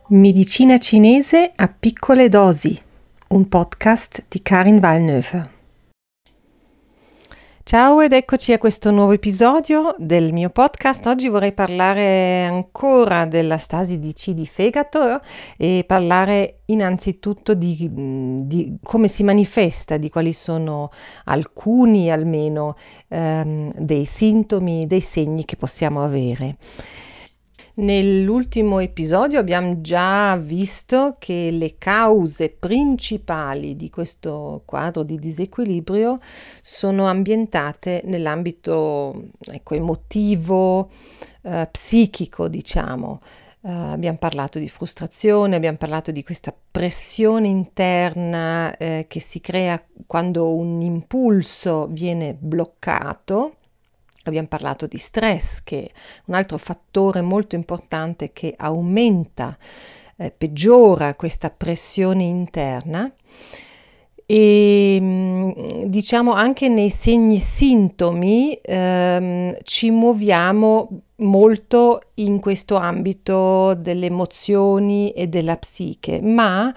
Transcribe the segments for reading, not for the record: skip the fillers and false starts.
Medicina cinese a piccole dosi, un podcast di Karin Valnhofer. Ciao ed eccoci a questo nuovo episodio del mio podcast. Oggi vorrei parlare ancora della stasi di C di fegato e parlare innanzitutto di come si manifesta, di quali sono alcuni almeno dei sintomi, dei segni che possiamo avere. Nell'ultimo episodio abbiamo già visto che le cause principali di questo quadro di disequilibrio sono ambientate nell'ambito emotivo, psichico, diciamo. Abbiamo parlato di frustrazione, abbiamo parlato di questa pressione interna che si crea quando un impulso viene bloccato. Abbiamo parlato di stress, che è un altro fattore molto importante che aumenta, peggiora questa pressione interna. E diciamo anche nei segni sintomi ci muoviamo molto in questo ambito delle emozioni e della psiche, ma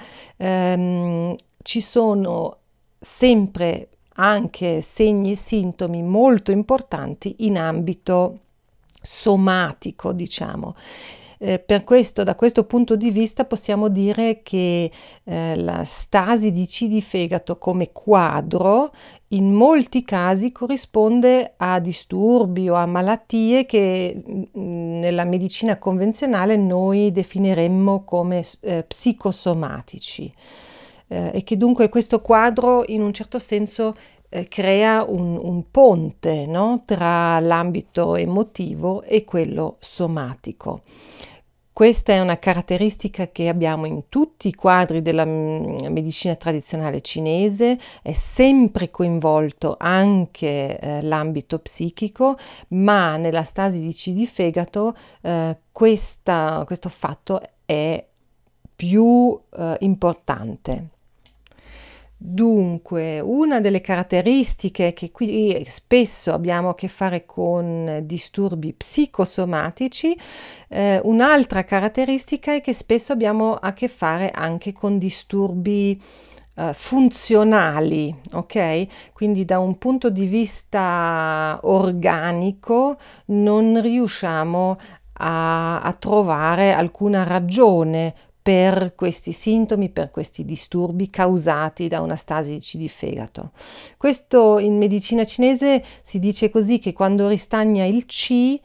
ci sono sempre anche segni e sintomi molto importanti in ambito somatico, diciamo. Per questo, da questo punto di vista, possiamo dire che la stasi di C di fegato come quadro in molti casi corrisponde a disturbi o a malattie che nella medicina convenzionale noi definiremmo come psicosomatici. E che dunque questo quadro in un certo senso crea un ponte, no? Tra l'ambito emotivo e quello somatico. Questa è una caratteristica che abbiamo in tutti i quadri della medicina tradizionale cinese, è sempre coinvolto anche l'ambito psichico, ma nella stasi di C di fegato questo fatto è più importante. Dunque, una delle caratteristiche che qui spesso abbiamo a che fare con disturbi psicosomatici, un'altra caratteristica è che spesso abbiamo a che fare anche con disturbi funzionali, ok? Quindi da un punto di vista organico non riusciamo a trovare alcuna ragione per questi sintomi, per questi disturbi causati da una stasi di C di fegato. Questo in medicina cinese si dice così, che quando ristagna il C,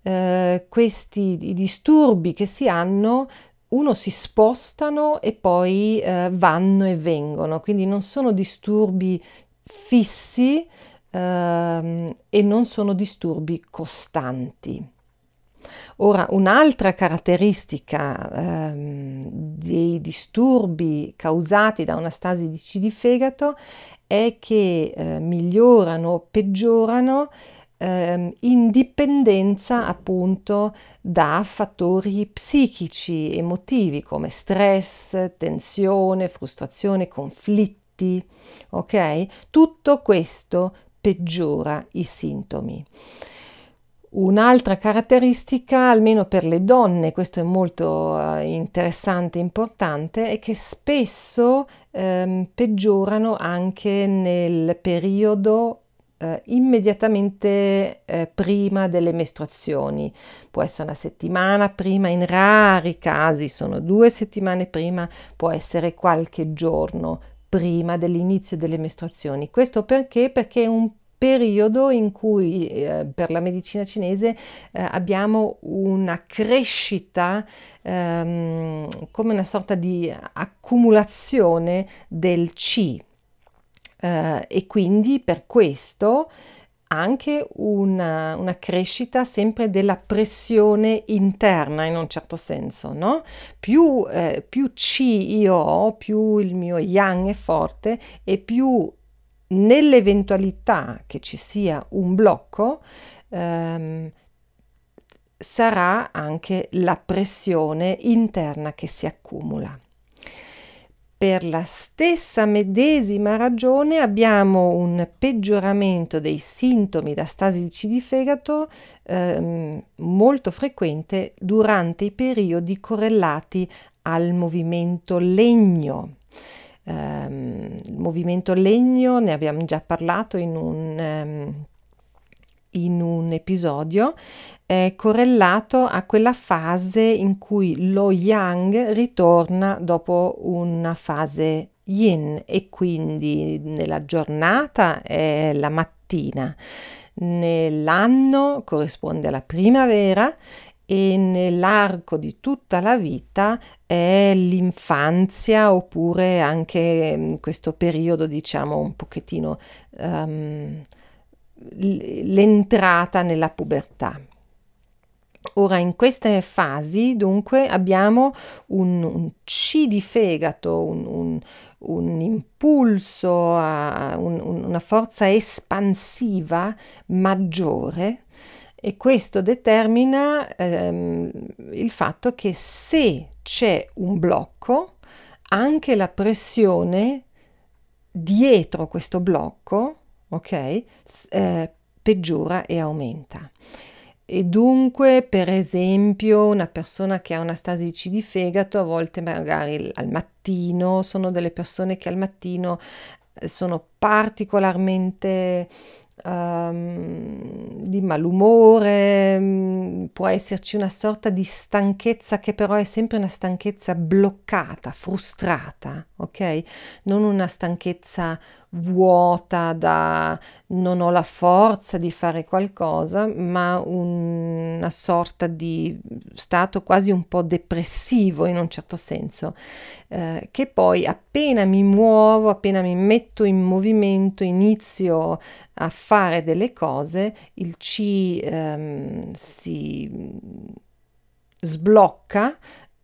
questi disturbi che si hanno si spostano e poi vanno e vengono, quindi non sono disturbi fissi e non sono disturbi costanti. Ora, un'altra caratteristica dei disturbi causati da una stasi di C di fegato è che migliorano o peggiorano in dipendenza appunto da fattori psichici, emotivi come stress, tensione, frustrazione, conflitti, ok? Tutto questo peggiora i sintomi. Un'altra caratteristica, almeno per le donne, questo è molto interessante e importante, è che spesso peggiorano anche nel periodo immediatamente prima delle mestruazioni. Può essere una settimana prima, in rari casi sono 2 settimane prima, può essere qualche giorno prima dell'inizio delle mestruazioni. Questo perché? Perché è un periodo in cui per la medicina cinese abbiamo una crescita come una sorta di accumulazione del C e quindi per questo anche una crescita sempre della pressione interna in un certo senso, no? Più C io ho, più il mio yang è forte e più nell'eventualità che ci sia un blocco sarà anche la pressione interna che si accumula. Per la stessa medesima ragione abbiamo un peggioramento dei sintomi da stasi di C di fegato molto frequente durante i periodi correlati al movimento legno. Il movimento legno ne abbiamo già parlato in un episodio, è correlato a quella fase in cui lo yang ritorna dopo una fase yin, e quindi nella giornata è la mattina, nell'anno corrisponde alla primavera e nell'arco di tutta la vita è l'infanzia, oppure anche questo periodo, diciamo, un pochettino l'entrata nella pubertà. Ora, in queste fasi dunque abbiamo un C di fegato, un impulso, una forza espansiva maggiore, e questo determina il fatto che se c'è un blocco, anche la pressione dietro questo blocco, ok, peggiora e aumenta. E dunque, per esempio, una persona che ha una stasi C di fegato, a volte magari al mattino, sono delle persone che al mattino sono particolarmente di malumore, può esserci una sorta di stanchezza che però è sempre una stanchezza bloccata, frustrata, ok? Non una stanchezza vuota da non ho la forza di fare qualcosa, ma una sorta di stato quasi un po' depressivo in un certo senso, che poi appena mi muovo, appena mi metto in movimento, inizio a fare delle cose, il C si sblocca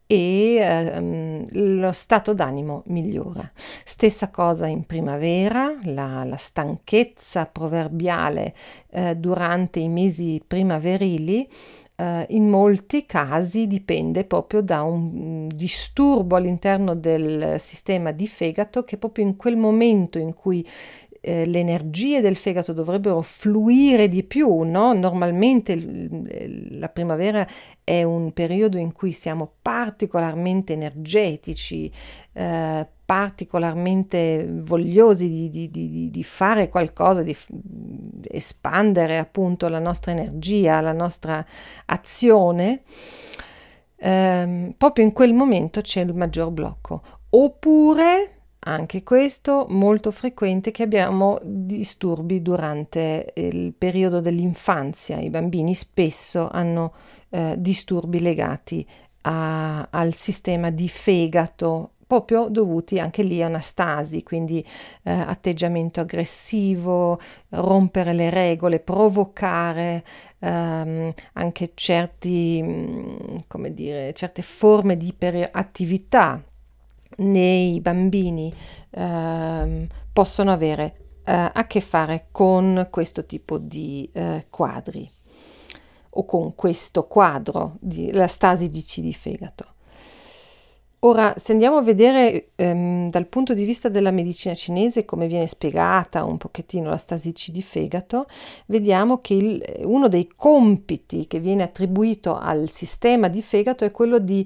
e lo stato d'animo migliora. Stessa cosa in primavera, la stanchezza proverbiale durante i mesi primaverili in molti casi dipende proprio da un disturbo all'interno del sistema di fegato, che proprio in quel momento in cui le energie del fegato dovrebbero fluire di più, no? Normalmente la primavera è un periodo in cui siamo particolarmente energetici, particolarmente vogliosi di fare qualcosa, di espandere appunto la nostra energia, la nostra azione. Proprio in quel momento c'è il maggior blocco. Oppure anche questo molto frequente, che abbiamo disturbi durante il periodo dell'infanzia. I bambini spesso hanno disturbi legati al sistema di fegato, proprio dovuti anche lì a una stasi, quindi atteggiamento aggressivo, rompere le regole, provocare anche certe forme di iperattività nei bambini possono avere a che fare con questo tipo di quadri, o con questo quadro la stasi di C di fegato. Ora, se andiamo a vedere dal punto di vista della medicina cinese come viene spiegata un pochettino la stasi C di fegato, vediamo che uno dei compiti che viene attribuito al sistema di fegato è quello di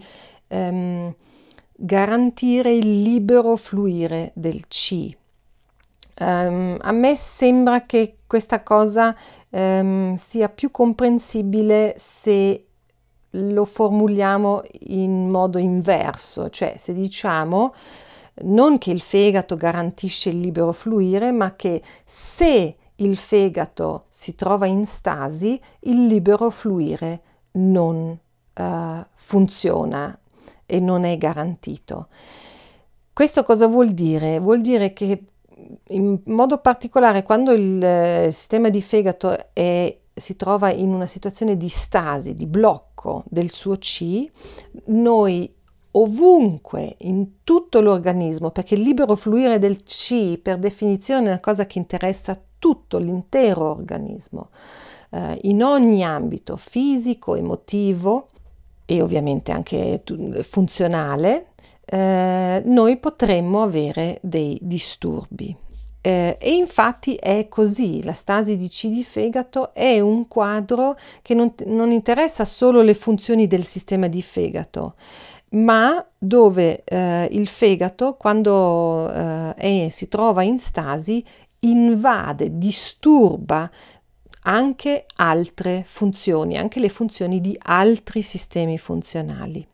garantire il libero fluire del C. A me sembra che questa cosa sia più comprensibile se lo formuliamo in modo inverso, cioè se diciamo non che il fegato garantisce il libero fluire, ma che se il fegato si trova in stasi, il libero fluire non funziona e non è garantito. Questo cosa vuol dire? Vuol dire che in modo particolare quando il sistema di fegato si trova in una situazione di stasi, di blocco del suo C, noi ovunque in tutto l'organismo, perché il libero fluire del C per definizione è una cosa che interessa tutto l'intero organismo, in ogni ambito fisico, emotivo e ovviamente anche funzionale, noi potremmo avere dei disturbi. E infatti è così, la stasi di C di fegato è un quadro che non interessa solo le funzioni del sistema di fegato, ma dove il fegato, quando si trova in stasi, invade, disturba anche altre funzioni, anche le funzioni di altri sistemi funzionali.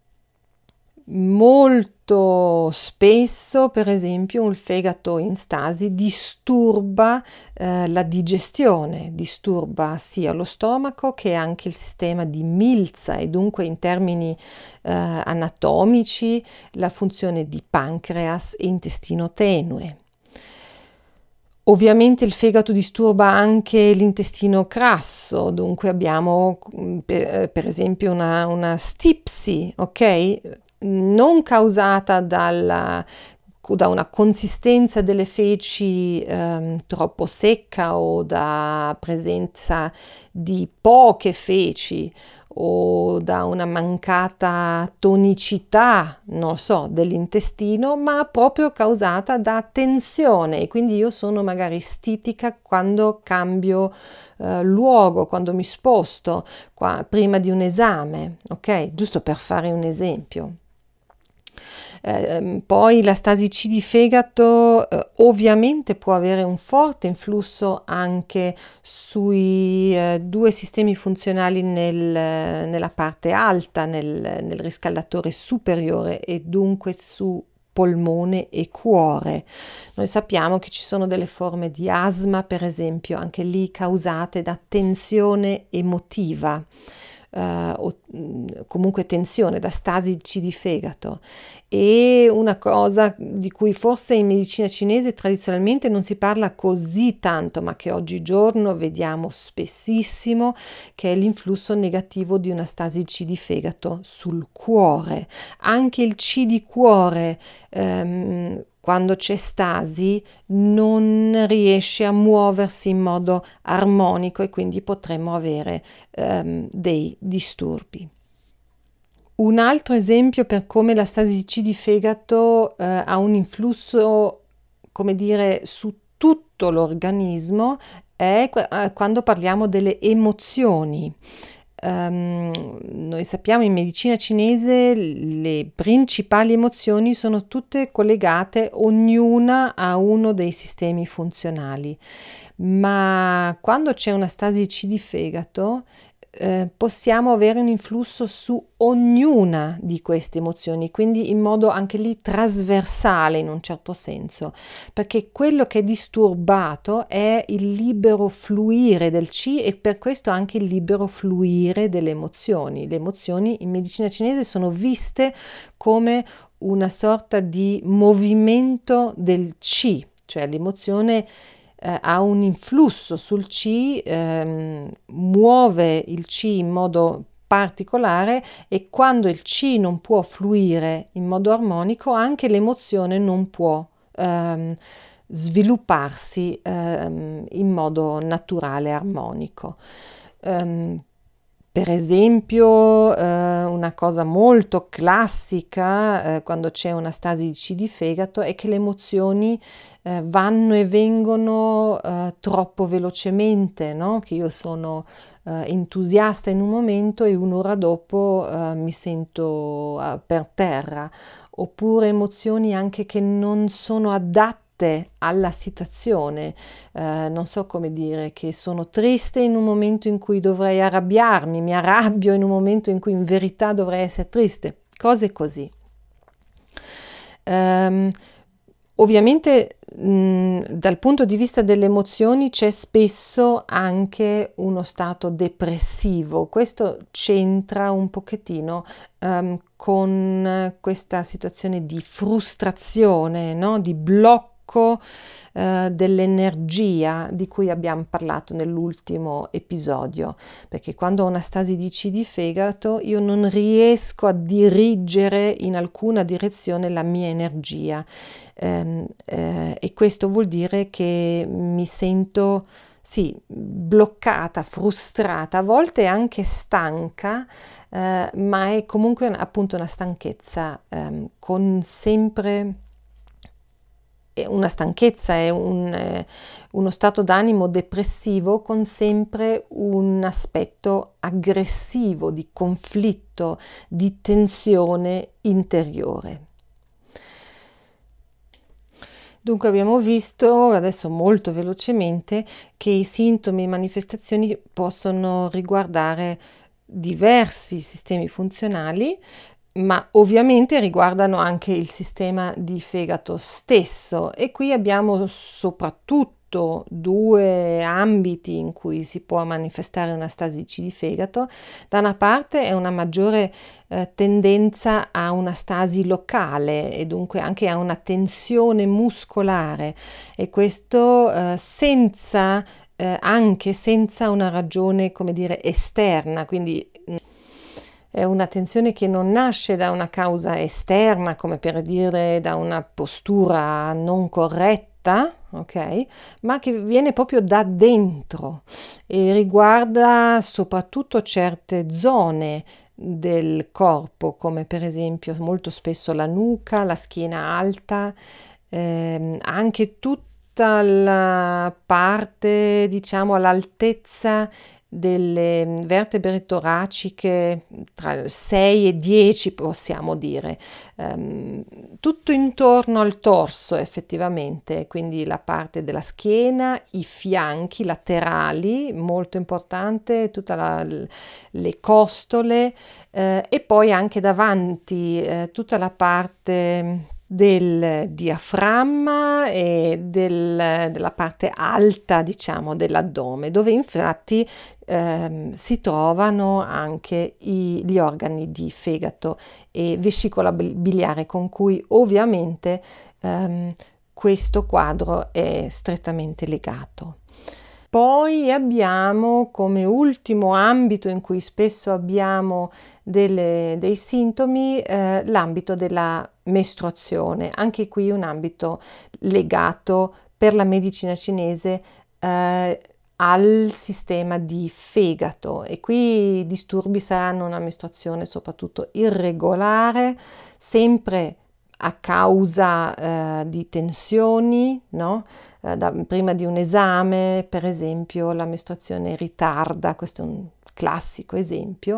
Molto spesso, per esempio, il fegato in stasi disturba la digestione, disturba sia lo stomaco che anche il sistema di milza e dunque in termini anatomici la funzione di pancreas e intestino tenue. Ovviamente il fegato disturba anche l'intestino grasso, dunque abbiamo per esempio una stipsi, ok? Non causata da una consistenza delle feci troppo secca o da presenza di poche feci o da una mancata tonicità, non so, dell'intestino, ma proprio causata da tensione. E quindi io sono magari stitica quando cambio luogo, quando mi sposto, prima di un esame, ok? Giusto per fare un esempio. Poi la stasi C di fegato ovviamente può avere un forte influsso anche sui due sistemi funzionali nella parte alta, nel riscaldatore superiore e dunque su polmone e cuore. Noi sappiamo che ci sono delle forme di asma, per esempio, anche lì causate da tensione emotiva. O comunque tensione, da stasi C di fegato. E una cosa di cui forse in medicina cinese tradizionalmente non si parla così tanto, ma che oggigiorno vediamo spessissimo, che è l'influsso negativo di una stasi C di fegato sul cuore. Anche il C di cuore quando c'è stasi non riesce a muoversi in modo armonico e quindi potremmo avere dei disturbi. Un altro esempio per come la stasi C di fegato ha un influsso, come dire, su tutto l'organismo è quando parliamo delle emozioni. Noi sappiamo in medicina cinese le principali emozioni sono tutte collegate ognuna a uno dei sistemi funzionali, ma quando c'è una stasi C di fegato possiamo avere un influsso su ognuna di queste emozioni, quindi in modo anche lì trasversale in un certo senso, perché quello che è disturbato è il libero fluire del C e per questo anche il libero fluire delle emozioni. Le emozioni in medicina cinese sono viste come una sorta di movimento del C, cioè l'emozione ha un influsso sul C, muove il C in modo particolare e quando il C non può fluire in modo armonico anche l'emozione non può svilupparsi in modo naturale e armonico. Per esempio, una cosa molto classica quando c'è una stasi di C di fegato è che le emozioni vanno e vengono troppo velocemente, no? Che io sono entusiasta in un momento e un'ora dopo mi sento per terra, oppure emozioni anche che non sono adatte alla situazione, non so come dire, che sono triste in un momento in cui dovrei arrabbiarmi, mi arrabbio in un momento in cui in verità dovrei essere triste, cose così. Ovviamente dal punto di vista delle emozioni c'è spesso anche uno stato depressivo, questo c'entra un pochettino con questa situazione di frustrazione, no? Di blocco dell'energia di cui abbiamo parlato nell'ultimo episodio, perché quando ho una stasi di C di fegato io non riesco a dirigere in alcuna direzione la mia energia e questo vuol dire che mi sento bloccata, frustrata, a volte anche stanca, ma è comunque appunto una stanchezza con sempre una stanchezza, è uno stato d'animo depressivo con sempre un aspetto aggressivo, di conflitto, di tensione interiore. Dunque abbiamo visto adesso molto velocemente che i sintomi e manifestazioni possono riguardare diversi sistemi funzionali, ma ovviamente riguardano anche il sistema di fegato stesso, e qui abbiamo soprattutto due ambiti in cui si può manifestare una stasi di fegato. Da una parte è una maggiore tendenza a una stasi locale e dunque anche a una tensione muscolare, e questo anche senza una ragione, come dire, esterna, quindi è una tensione che non nasce da una causa esterna, come per dire da una postura non corretta, ok? Ma che viene proprio da dentro e riguarda soprattutto certe zone del corpo, come per esempio molto spesso la nuca, la schiena alta, anche tutta la parte, diciamo, all'altezza delle vertebre toraciche tra il 6 e 10, possiamo dire, tutto intorno al torso effettivamente, quindi la parte della schiena, i fianchi laterali, molto importante, le costole, e poi anche davanti tutta la parte del diaframma e della parte alta, diciamo, dell'addome, dove infatti si trovano anche gli organi di fegato e vescicola biliare, con cui ovviamente questo quadro è strettamente legato. Poi abbiamo come ultimo ambito in cui spesso abbiamo dei sintomi l'ambito della mestruazione, anche qui un ambito legato per la medicina cinese al sistema di fegato, e qui i disturbi saranno una mestruazione soprattutto irregolare, sempre a causa di tensioni, no? Prima di un esame, per esempio, la mestruazione ritarda, questo è un classico esempio,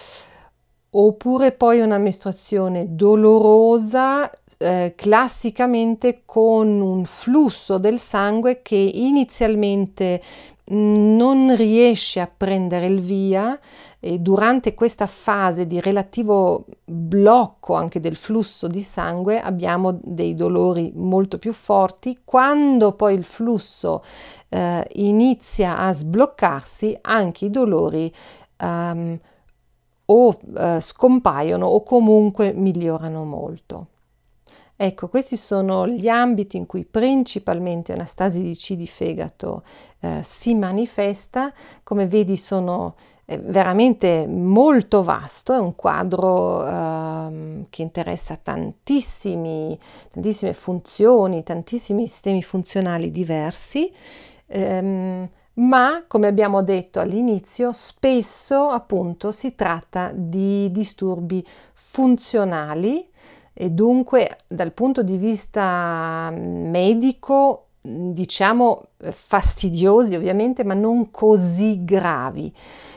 oppure poi una mestruazione dolorosa, classicamente con un flusso del sangue che inizialmente non riesce a prendere il via, e durante questa fase di relativo blocco anche del flusso di sangue abbiamo dei dolori molto più forti. Quando poi il flusso inizia a sbloccarsi, anche i dolori scompaiono o comunque migliorano molto. Ecco, questi sono gli ambiti in cui principalmente una stasi di C di fegato si manifesta. Come vedi sono veramente molto vasto, è un quadro che interessa tantissime funzioni, tantissimi sistemi funzionali diversi, ma come abbiamo detto all'inizio, spesso appunto si tratta di disturbi funzionali, e dunque dal punto di vista medico, diciamo, fastidiosi ovviamente, ma non così gravi.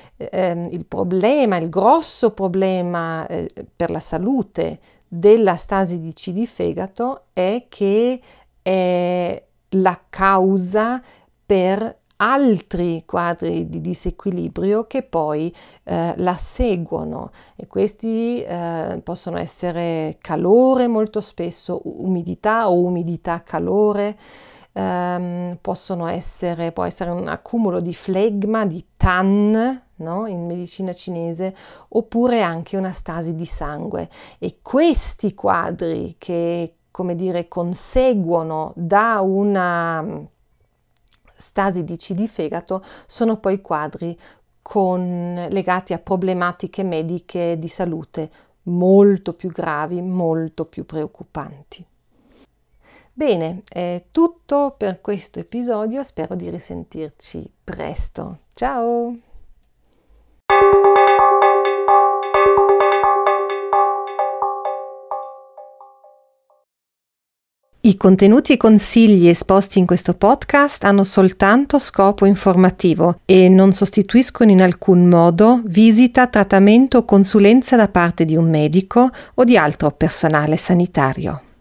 Il grosso problema per la salute della stasi di C di fegato è che è la causa per altri quadri di disequilibrio che poi la seguono, e questi possono essere calore, molto spesso umidità o umidità-calore, può essere un accumulo di flegma, di tan, no? In medicina cinese, oppure anche una stasi di sangue, e questi quadri che, come dire, conseguono da una stasi di C di fegato sono poi quadri legati a problematiche mediche di salute molto più gravi, molto più preoccupanti. Bene, è tutto per questo episodio, spero di risentirci presto. Ciao! I contenuti e consigli esposti in questo podcast hanno soltanto scopo informativo e non sostituiscono in alcun modo visita, trattamento o consulenza da parte di un medico o di altro personale sanitario.